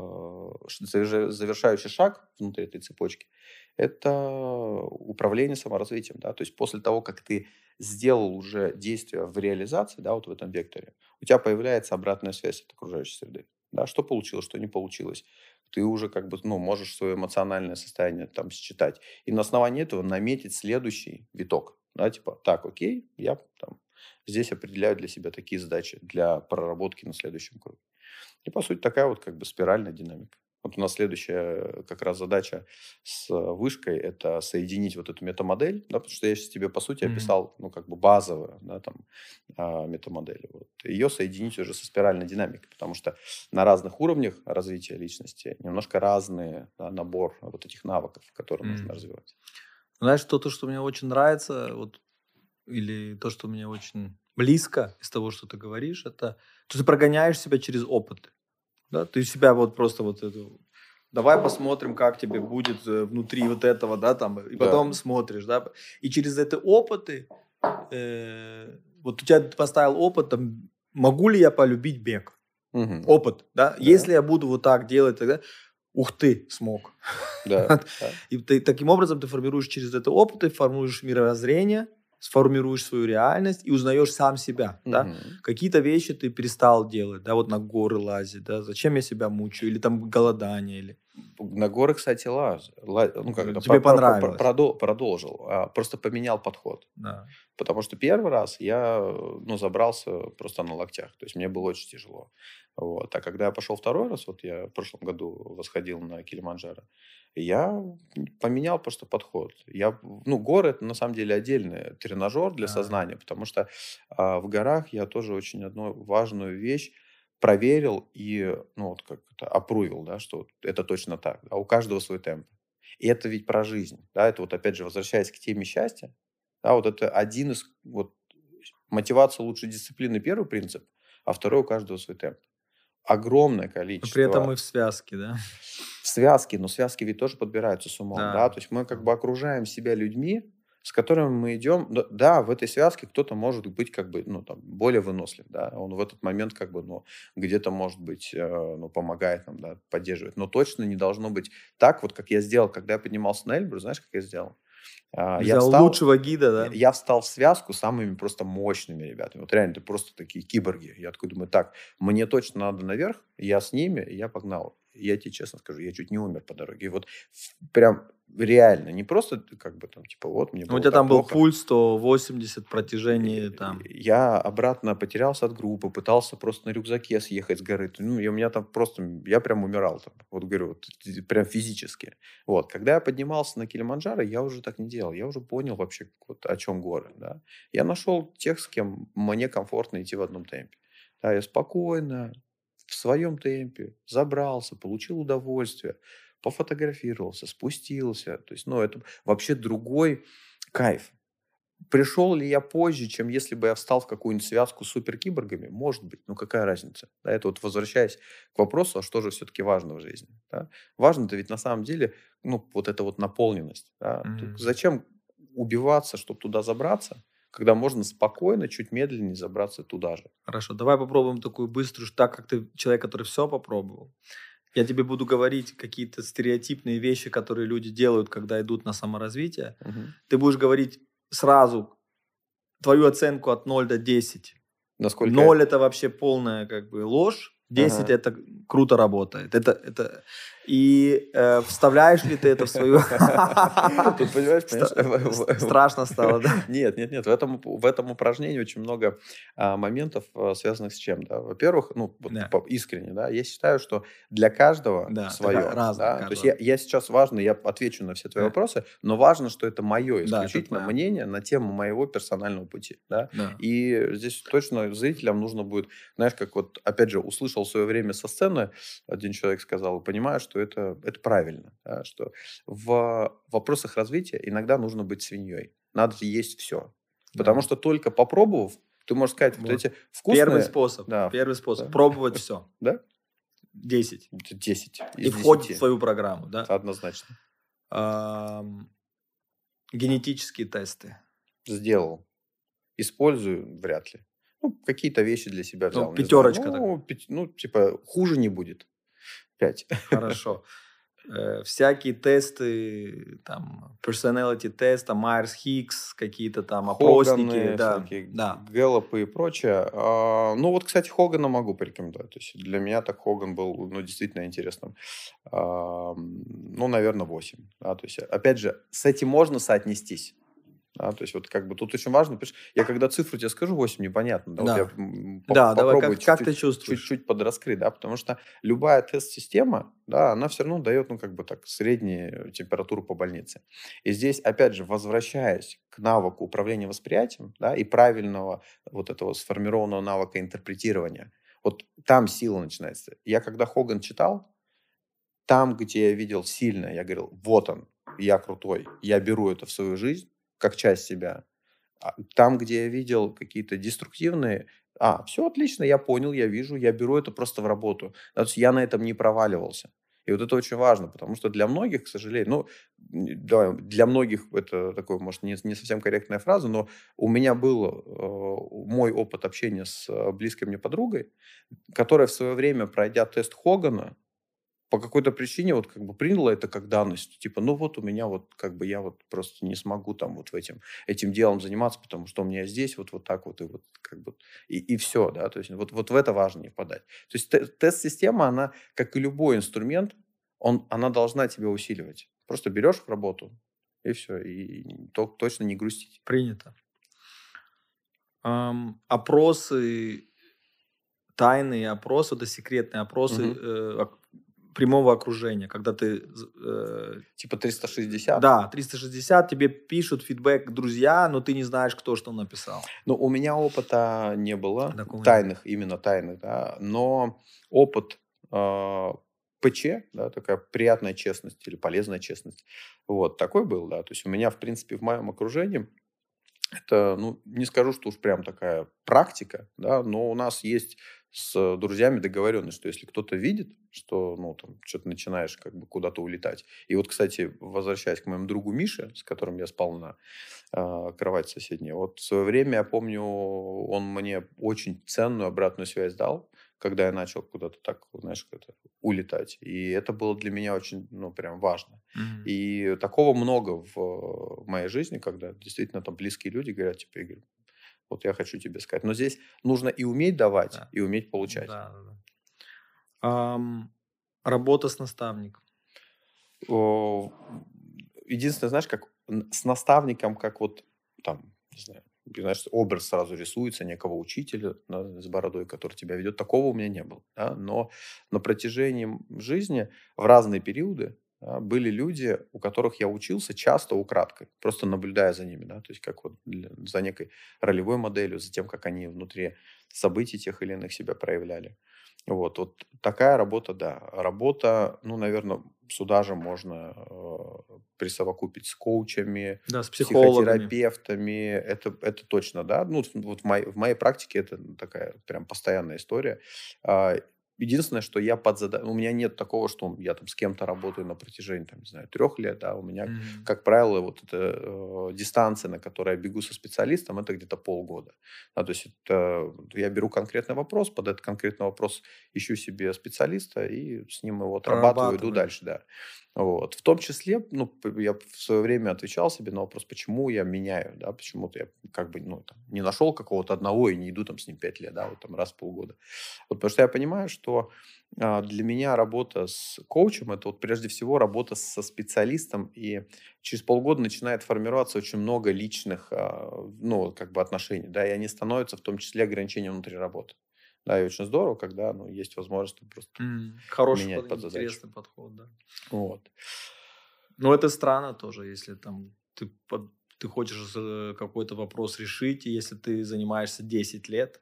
завершающий шаг внутри этой цепочки – это управление саморазвитием. Да? То есть после того, как ты сделал уже действие в реализации, да, вот в этом векторе, у тебя появляется обратная связь от окружающей среды. Да? Что получилось, что не получилось. Ты уже как бы, ну, можешь свое эмоциональное состояние там считать. И на основании этого наметить следующий виток. Да? Типа, так, окей, я там здесь определяю для себя такие задачи для проработки на следующем круге. И, по сути, такая вот как бы спиральная динамика. Вот у нас следующая как раз задача с вышкой – это соединить вот эту метамодель, да, потому что я сейчас тебе, по сути, описал, ну, как бы базовую, да, там, метамодель. Вот. Ее соединить уже со спиральной динамикой, потому что на разных уровнях развития личности немножко разный, да, набор вот этих навыков, которые нужно развивать. Знаешь, то, что мне очень нравится, вот, или то, что мне очень близко из того, что ты говоришь, это что ты прогоняешь себя через опыты. Да? Ты себя вот просто вот эту... Давай посмотрим, как тебе будет внутри вот этого, да, там, и потом смотришь, да. И через эти опыты, вот у тебя поставил опыт, там, могу ли я полюбить бег? Опыт, да. Если я буду вот так делать, тогда... Ух ты, смог. Да. И таким образом ты формируешь через это опыт, ты формируешь мировоззрение, сформируешь свою реальность и узнаешь сам себя. Да? Какие-то вещи ты перестал делать, да, вот на горы лазить, да, зачем я себя мучаю, или там голодание. Или... На горы, кстати, ну, как это, тебе понравилось. Продолжил, просто поменял подход. Да. Потому что первый раз я, ну, забрался просто на локтях, то есть мне было очень тяжело. Вот. А когда я пошел второй раз, вот я в прошлом году восходил на Килиманджаро, я поменял просто подход. Ну, горы – это на самом деле отдельный тренажер для сознания, потому что в горах я тоже очень одну важную вещь проверил и, ну, вот как это, опрувил, да, что это точно так. А у каждого свой темп. И это ведь про жизнь. Да, это вот опять же, возвращаясь к теме счастья, да, вот это один из, вот, мотивация лучше дисциплины, первый принцип, а второй у каждого свой темп. Огромное количество. Но при этом мы в связке, да? В связке, но связки ведь тоже подбираются с умом, да, то есть мы как бы окружаем себя людьми, с которыми мы идем, да, в этой связке кто-то может быть как бы, ну, там, более вынослив, да, он в этот момент как бы, ну, где-то, может быть, ну, помогает нам, да, поддерживает, но точно не должно быть так, вот как я сделал, когда я поднимался на Эльбрус, знаешь, как я сделал? Я встал, лучшего гида, да? Я встал в связку с самыми просто мощными ребятами. Вот реально, это просто такие киборги. Я такой думаю, так, мне точно надо наверх, я с ними, и я погнал. я тебе честно скажу, я чуть не умер по дороге. И вот прям реально, не просто как бы там, типа, вот мне было У тебя так там был плохо. пульс 180 протяжении там. Я обратно потерялся от группы, пытался просто на рюкзаке съехать с горы. Ну, и у меня там просто, я прям умирал там. Вот говорю, вот, прям физически. Вот, когда я поднимался на Килиманджаро, я уже так не делал. Я уже понял вообще, вот, о чем горы, да. Я нашел тех, с кем мне комфортно идти в одном темпе. Да, я спокойно, в своем темпе забрался, получил удовольствие, пофотографировался, спустился. То есть, ну, это вообще другой кайф. Пришел ли я позже, чем если бы я встал в какую-нибудь связку с суперкиборгами? Может быть. Ну, какая разница? Да, это вот возвращаясь к вопросу, а что же все-таки важно в жизни? Да? Важно-то ведь на самом деле, ну, вот эта вот наполненность. Да? Зачем убиваться, чтобы туда забраться, когда можно спокойно, чуть медленнее забраться туда же? Хорошо, давай попробуем такую быструю, так как ты человек, который все попробовал. Я тебе буду говорить какие-то стереотипные вещи, которые люди делают, когда идут на саморазвитие. Ты будешь говорить сразу твою оценку от 0 до 10. Насколько 0 это вообще полная как бы ложь, 10 это круто работает. И вставляешь ли ты это в свою... Тут, понимаешь, страшно стало, да? Нет. В этом упражнении очень много моментов, связанных с чем, да. Во-первых, ну, вот искренне, да, я считаю, что для каждого свое. Да? То есть я сейчас важно, я отвечу на все твои вопросы, но важно, что это мое исключительно мнение на тему моего персонального пути. Да? И здесь точно зрителям нужно будет, знаешь, как вот, опять же, услышал в свое время со сцены, один человек сказал, понимаю, что это правильно, да, что в вопросах развития иногда нужно быть свиньей. Надо есть все. Потому что только попробовав, ты можешь сказать, вот эти вкусные... Первый способ. Пробовать все. Да? 10. 10. И входит в свою программу. Да? Однозначно. Генетические тесты. Сделал. Использую вряд ли. Ну, какие-то вещи для себя взял. Ну, 5. Ну, типа, хуже не будет. 5. Хорошо. Всякие тесты, там, personality тест, Майерс-Хиггс, какие-то там опросники. Гэллопы и прочее. Ну, вот, кстати, Хогана могу порекомендовать. То есть для меня так Хоган был, ну, действительно интересным. Ну, наверное, 8. Да? То есть, опять же, с этим можно соотнестись. Да, то есть, вот как бы тут очень важно, потому что я когда цифру тебе скажу, 8 непонятно. Да. Вот давай, как ты чувствуешь? Чуть-чуть подраскрыть, да, потому что любая тест-система, да, она все равно дает, ну, как бы так, среднюю температуру по больнице. И здесь, опять же, возвращаясь к навыку управления восприятием, да, и правильного вот этого сформированного навыка интерпретирования, вот там сила начинается. Я когда Хоган читал, там, где я видел сильно, я говорил, вот он, я крутой, я беру это в свою жизнь, как часть себя. Там, где я видел какие-то деструктивные, все отлично, я понял, я вижу, я беру это просто в работу. То есть я на этом не проваливался. И вот это очень важно, потому что для многих, к сожалению, для многих это такое, может, не совсем корректная фраза, но у меня был мой опыт общения с близкой мне подругой, которая в свое время, пройдя тест Хогана, по какой-то причине вот как бы приняла это как данность. Типа, ну вот у меня вот как бы я вот просто не смогу там вот этим делом заниматься, потому что у меня здесь вот так вот и вот как бы и все, да. То есть вот в это важно не впадать. То есть тест-система, она, как и любой инструмент, она должна тебя усиливать. Просто берешь в работу и все. И точно не грустить. Принято. Опросы, тайные опросы, это секретные опросы прямого окружения, когда ты... типа 360? Да, 360, тебе пишут фидбэк друзья, но ты не знаешь, кто что написал. Ну, у меня опыта не было, именно тайных, да, но опыт ПЧ, да, такая приятная честность или полезная честность, вот, такой был, да, то есть у меня, в принципе, в моем окружении это, ну, не скажу, что уж прям такая практика, да, но у нас есть с друзьями договоренность, что если кто-то видит, что, ну, там, что-то начинаешь как бы куда-то улетать. И вот, кстати, возвращаясь к моему другу Мише, с которым я спал на кровати соседней, вот в свое время, я помню, он мне очень ценную обратную связь дал, когда я начал куда-то так, знаешь, улетать. И это было для меня очень, ну, прям важно. И такого много в моей жизни, когда действительно там близкие люди говорят, типа, Игорь, вот я хочу тебе сказать. Но здесь нужно и уметь давать, и уметь получать. Работа с наставником. Единственное, знаешь, как с наставником, как вот там, не знаю, знаешь, образ сразу рисуется некого учителя, да, с бородой, который тебя ведет. Такого у меня не было. Да? Но на протяжении жизни в разные периоды, да, были люди, у которых я учился часто украдкой, просто наблюдая за ними, да, то есть как вот за некой ролевой моделью, за тем, как они внутри событий тех или иных себя проявляли. Вот такая работа, да. Работа, ну, наверное, сюда же можно присовокупить с коучами, Да, с психологами. психотерапевтами. Это точно, да. Ну, вот в моей практике это такая прям постоянная история. Единственное, что я у меня нет такого, что я там с кем-то работаю на протяжении, там, не знаю, 3 лет, да, у меня, как правило, вот эта дистанция, на которой я бегу со специалистом, это где-то полгода. Да, то есть я беру конкретный вопрос, под этот конкретный вопрос ищу себе специалиста и с ним его отрабатываю, иду дальше, да. Вот. В том числе, ну, я в свое время отвечал себе на вопрос, почему я меняю, да, почему-то я как бы, ну, там, не нашел какого-то одного и не иду там с ним 5 лет, да, вот там раз в полгода. Вот, потому что я понимаю, что для меня работа с коучем – это вот прежде всего работа со специалистом, и через полгода начинает формироваться очень много личных, ну, как бы отношений, да, и они становятся в том числе ограничением внутри работы. Да, и очень здорово, когда, ну, есть возможность просто менять под задачу. Интересный подход, да. Вот. Ну, это странно тоже, если там ты хочешь какой-то вопрос решить, и если ты занимаешься 10 лет,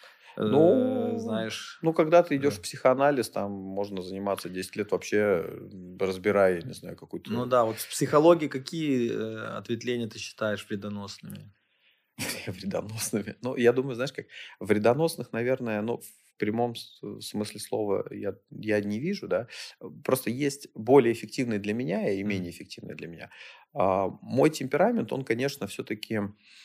Ну, знаешь... Ну, когда ты идешь в психоанализ, там можно заниматься 10 лет вообще, разбирая, не знаю, какую-то... Ну да, вот в психологии какие ответвления ты считаешь вредоносными? Вредоносными. Ну, я думаю, знаешь, как вредоносных, наверное, ну, в прямом смысле слова я не вижу, да. Просто есть более эффективные для меня и менее эффективные для меня. Мой темперамент, он, конечно, все-таки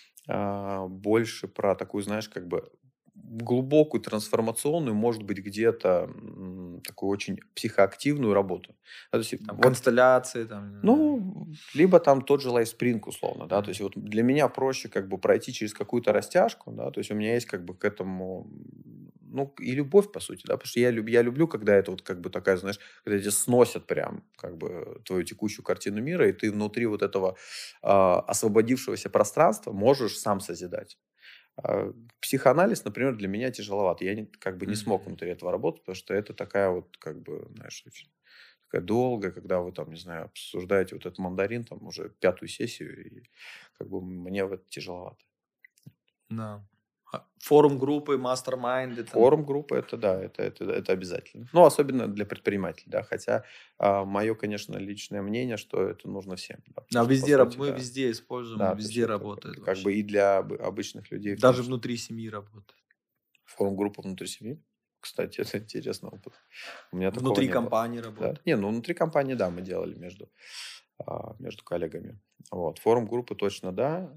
больше про такую, знаешь, как бы глубокую трансформационную, может быть, где-то такую очень психоактивную работу. То есть, там, констелляции, там... Ну, либо там тот же лайфспринг, условно, да, то есть вот для меня проще как бы пройти через какую-то растяжку, да, то есть у меня есть как бы к этому, ну, и любовь, по сути, да, потому что я люблю, когда это вот как бы такая, знаешь, когда тебя сносят прям как бы твою текущую картину мира, и ты внутри вот этого освободившегося пространства можешь сам созидать. Психоанализ, например, для меня тяжеловат. Я как бы не смог внутри этого работать, потому что это такая вот, как бы, знаешь, очень такая долгая, когда вы там, не знаю, обсуждаете вот этот мандарин, там уже 5-ю сессию, и как бы мне в это тяжеловато. Да. Форум-группы, мастер-майнды. Форум-группы, это да, это обязательно. Ну, особенно для предпринимателей, да, хотя мое, конечно, личное мнение, что это нужно всем. Да, везде, мы везде используем, да, везде работает. Как бы и для обычных людей. Даже внутри семьи работает. Форум-группа внутри семьи? Кстати, это интересный опыт. У меня внутри компании работает. Да. Не, ну внутри компании, да, мы делали между коллегами. Вот. Форум-группы точно, да.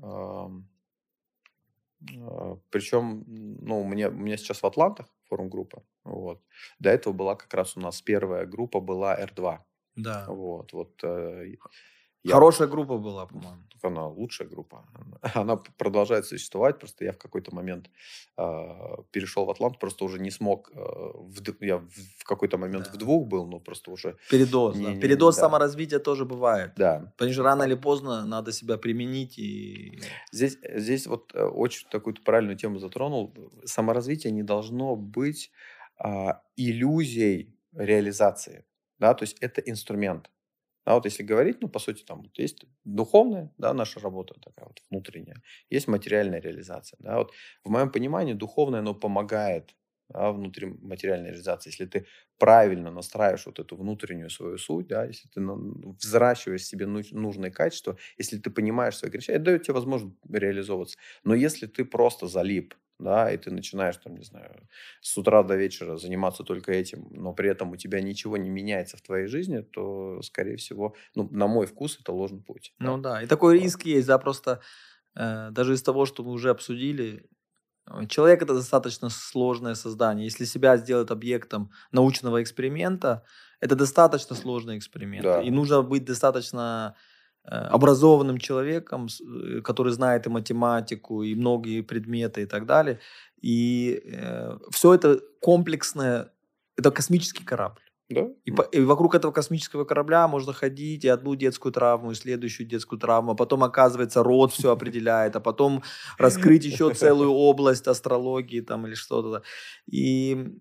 Причем, ну, у меня сейчас в Атлантах форум-группа. Вот. До этого была как раз у нас первая группа была R2. Да. Вот. Хорошая группа была, по-моему. Она лучшая группа. Она продолжает существовать. Просто я в какой-то момент перешел в Атланту, просто уже не смог. Я в какой-то момент в 2 был, но просто уже... Передоз. Передоз саморазвития тоже бывает. Да. Потому что рано или поздно надо себя применить. И... Здесь вот очень такую правильную тему затронул. Саморазвитие не должно быть иллюзией реализации. Да? То есть это инструмент. А вот если говорить, ну, по сути, там вот есть духовная, да, наша работа такая вот внутренняя, есть материальная реализация. Да, вот в моем понимании духовное, оно помогает, да, внутри материальной реализации. Если ты правильно настраиваешь вот эту внутреннюю свою суть, да, если ты взращиваешь себе нужные качества, если ты понимаешь свои ограничения, это дает тебе возможность реализовываться. Но если ты просто залип, да, и ты начинаешь, там, не знаю, с утра до вечера заниматься только этим, но при этом у тебя ничего не меняется в твоей жизни, то, скорее всего, ну, на мой вкус, это ложный путь. Ну да, и такой риск есть, да, просто даже из того, что мы уже обсудили, человек – это достаточно сложное создание. Если себя сделать объектом научного эксперимента, это достаточно сложный эксперимент. Да. И нужно быть достаточно образованным человеком, который знает и математику, и многие предметы и так далее. И все это комплексное, это космический корабль. Да. И вокруг этого космического корабля можно ходить, и одну детскую травму, и следующую детскую травму, а потом, оказывается, род все определяет, а потом раскрыть еще целую область астрологии там или что-то. И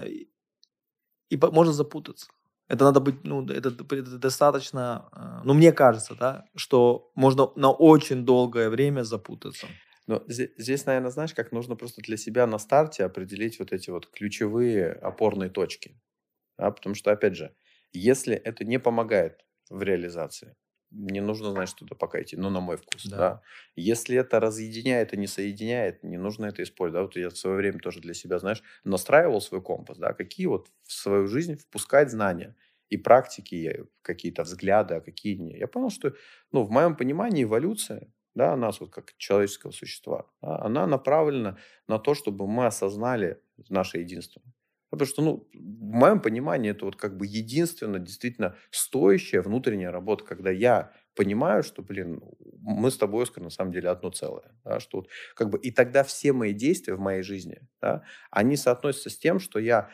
можно запутаться. Это надо быть, это достаточно, мне кажется, да, что можно на очень долгое время запутаться. Но здесь, наверное, знаешь, как нужно просто для себя на старте определить вот эти вот ключевые опорные точки. Да? Потому что, опять же, если это не помогает в реализации, не нужно, знаешь, туда пока идти, на мой вкус. Да. Да? Если это разъединяет и не соединяет, не нужно это использовать. Да? Вот я в свое время тоже для себя, знаешь, настраивал свой компас, да, какие вот в свою жизнь впускать знания и практики, какие-то взгляды, а какие не. Я понял, что, в моем понимании эволюция, да, нас вот как человеческого существа, да, она направлена на то, чтобы мы осознали наше единство. Потому что, в моем понимании, это вот как бы единственно действительно стоящая внутренняя работа, когда я понимаю, что, мы с тобой, Оскар, на самом деле одно целое. Да, что вот, как бы, и тогда все мои действия в моей жизни, да, они соотносятся с тем, что я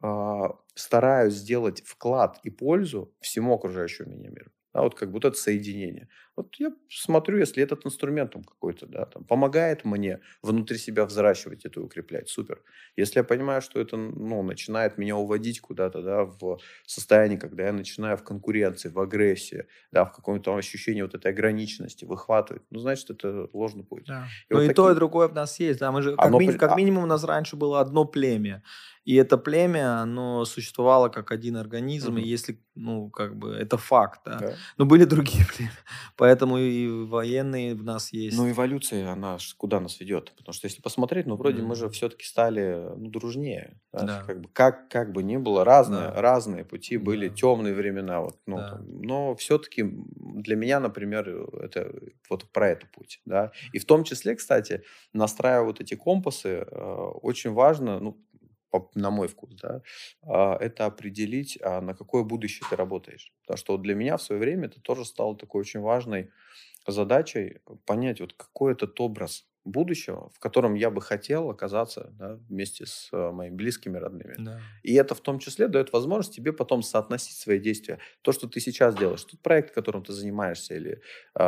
стараюсь сделать вклад и пользу всему окружающему меня миру. Да, вот как бы вот это соединение. Вот я смотрю, если этот инструмент там какой-то, да, там, помогает мне внутри себя взращивать это и укреплять, супер. Если я понимаю, что это, начинает меня уводить куда-то, да, в состояние, когда я начинаю в конкуренции, в агрессии, да, в каком-то ощущении вот этой ограниченности выхватывать, значит, это ложный путь. Да. И вот и то, и другое в нас есть. Да, мы же, как минимум, у нас раньше было одно племя. И это племя, оно существовало как один организм, и если, это факт, да. Да. Но были другие племя. Поэтому и военные в нас есть. Эволюция, она куда нас ведет? Потому что если посмотреть, вроде мы же все-таки стали дружнее. Да? Да. Как бы ни было, разные пути были, темные времена. Вот, но все-таки для меня, например, это вот про этот путь. Да? И в том числе, кстати, настраивая вот эти компасы, очень важно, на мой вкус, да, это определить, на какое будущее ты работаешь. Потому что для меня в свое время это тоже стало такой очень важной задачей понять, вот какой этот образ будущего, в котором я бы хотел оказаться, да, вместе с моими близкими, родными. Да. И это в том числе дает возможность тебе потом соотносить свои действия. То, что ты сейчас делаешь, тот проект, которым ты занимаешься, или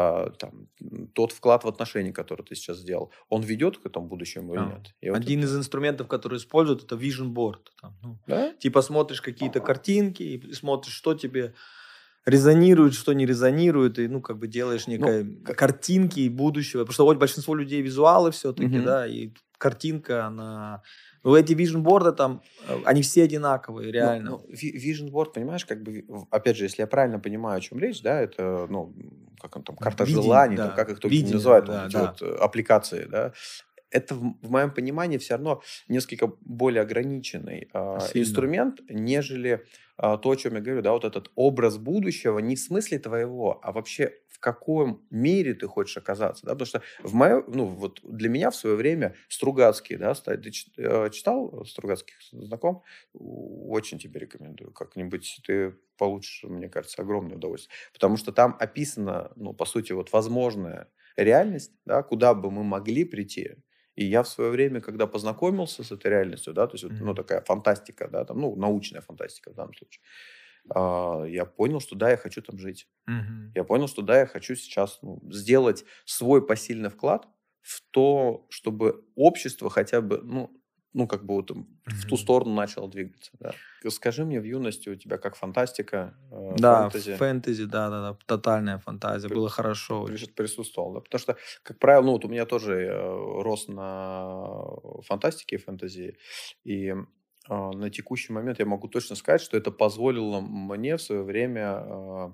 тот вклад в отношения, который ты сейчас сделал, он ведет к этому будущему или нет? И один из инструментов, который используют, это vision board. Да? Типа смотришь какие-то картинки и смотришь, что тебе резонирует, что не резонирует, и, делаешь картинки будущего. Потому что большинство людей визуалы все-таки, да, и картинка, она... эти vision board там, они все одинаковые, реально. Vision board, понимаешь, как бы, опять же, если я правильно понимаю, о чем речь, да, это, как он там, карта желаний, да, там, как их только видение, называют, да, эти вот аппликации, да. Это в моем понимании все равно несколько более ограниченный инструмент, нежели то, о чем я говорю, да, вот этот образ будущего не в смысле твоего, а вообще в каком мире ты хочешь оказаться, да, потому что вот для меня в свое время Стругацкий, да, ты читал Стругацких, знаком? Очень тебе рекомендую, как-нибудь ты получишь, мне кажется, огромное удовольствие, потому что там описана, по сути, вот возможная реальность, да, куда бы мы могли прийти. И я в свое время, когда познакомился с этой реальностью, да, то есть, такая фантастика, да, там, научная фантастика в данном случае, я понял, что да, я хочу там жить. Я понял, что да, я хочу сейчас сделать свой посильный вклад в то, чтобы общество хотя бы, в ту сторону начало двигаться. Да. Скажи мне, в юности у тебя как фантастика, фэнтези? Да, фэнтези, да, тотальная фантазия, было хорошо. Присутствовал, да, потому что, как правило, у меня тоже рос на фантастике и фэнтези, и на текущий момент я могу точно сказать, что это позволило мне в свое время,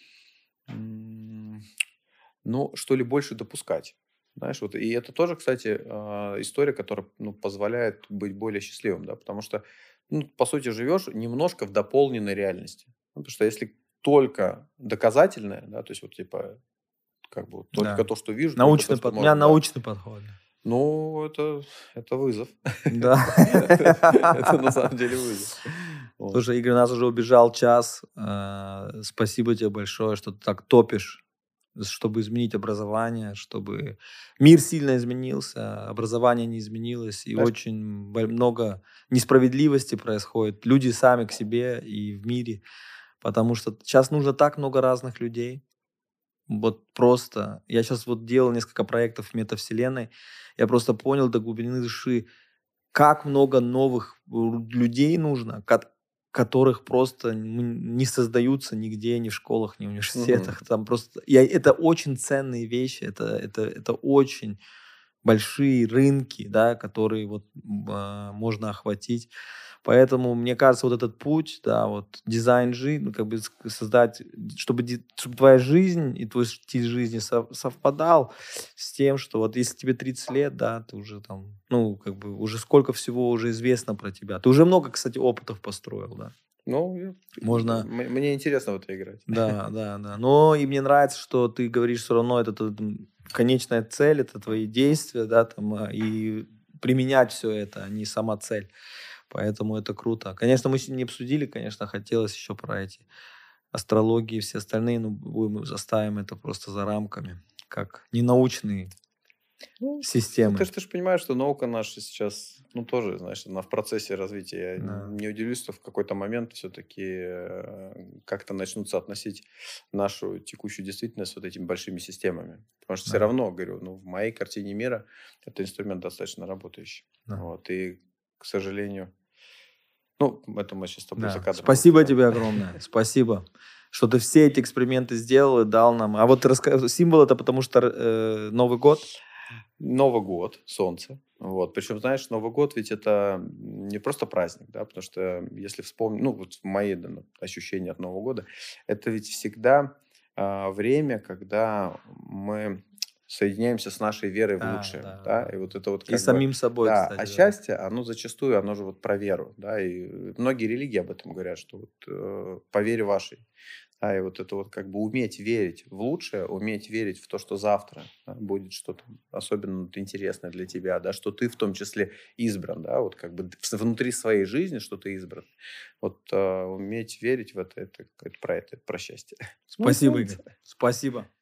что ли, больше допускать. Знаешь, и это тоже, кстати, история, которая позволяет быть более счастливым, да, потому что, по сути, живешь немножко в дополненной реальности. Потому что если только доказательное, да, то есть вот типа как бы только то, что вижу. У меня научный подход. Это вызов. Да. Это на самом деле вызов. Слушай, Игорь, у нас уже убежал час. Спасибо тебе большое, что ты так топишь чтобы изменить образование, чтобы мир сильно изменился, образование не изменилось, и Знаешь, очень много несправедливости происходит. Люди сами к себе и в мире, потому что сейчас нужно так много разных людей. Вот просто. Я сейчас вот делал несколько проектов в метавселенной, я просто понял до глубины души, как много новых людей нужно, которых просто не создаются нигде, ни в школах, ни в мгм. университетах. Там просто... это очень ценные вещи, это очень большие рынки, да, которые вот можно охватить. Поэтому, мне кажется, вот этот путь, да, вот дизайн жизни, ну, как бы создать, чтобы твоя жизнь и твой стиль жизни совпадал с тем, что вот если тебе 30 лет, да, ты уже там, ну, как бы уже сколько всего уже известно про тебя. Ты уже много, кстати, опытов построил, да. Ну, Можно, мне интересно в это играть. да, да, да. Но и мне нравится, что ты говоришь все равно, это конечная цель, это твои действия, да, там, и применять все это, а не сама цель. Поэтому это круто. Конечно, мы не обсудили, конечно, хотелось еще про эти астрологии и все остальные, но заставим это просто за рамками, как ненаучные Ну, системы. ты ж понимаешь, что наука наша сейчас, ну, тоже, знаешь, она в процессе развития. Я Да. не удивлюсь, что в какой-то момент все-таки как-то начнут соотносить нашу текущую действительность с вот этими большими системами. Потому что все Да, равно, говорю, ну, в моей картине мира это инструмент достаточно работающий. да, Вот, и, к сожалению, ну, это мы сейчас с тобой за да. кадром Спасибо разберем. тебе огромное. Спасибо, что ты все эти эксперименты сделал и дал нам. А вот символ это потому что Новый год. Новый год, солнце. Вот. Причем, знаешь, Новый год ведь это не просто праздник, да, потому что если вспомнить, ну, вот мои ощущения от Нового года, это ведь всегда время, когда мы соединяемся с нашей верой в Да, лучшее, да, да, да. и вот это вот И как бы, самим собой, да, кстати, а да. счастье, оно зачастую, оно же вот про веру, да, и многие религии об этом говорят, что вот по вере вашей. Да, и вот это вот как бы уметь верить в лучшее, уметь верить в то, что завтра будет что-то особенно интересное для тебя, да, что ты в том числе избран, да, вот как бы внутри своей жизни, что ты избран. Вот уметь верить в это про счастье. Ну и Спасибо, Игорь. солнце. Спасибо.